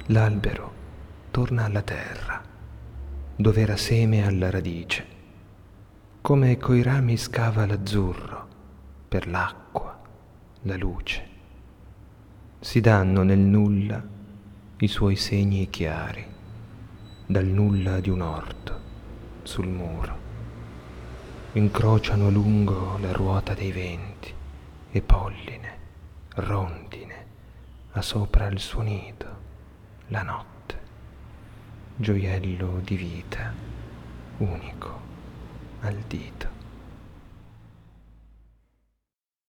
L'albero torna alla terra, dove era seme alla radice, come coi rami scava l'azzurro per l'acqua, la luce. Si danno nel nulla i suoi segni chiari, dal nulla di un orto sul muro. Incrociano lungo la ruota dei venti e polline, rondine, ha sopra il suo nido la notte, gioiello di vita, unico al dito.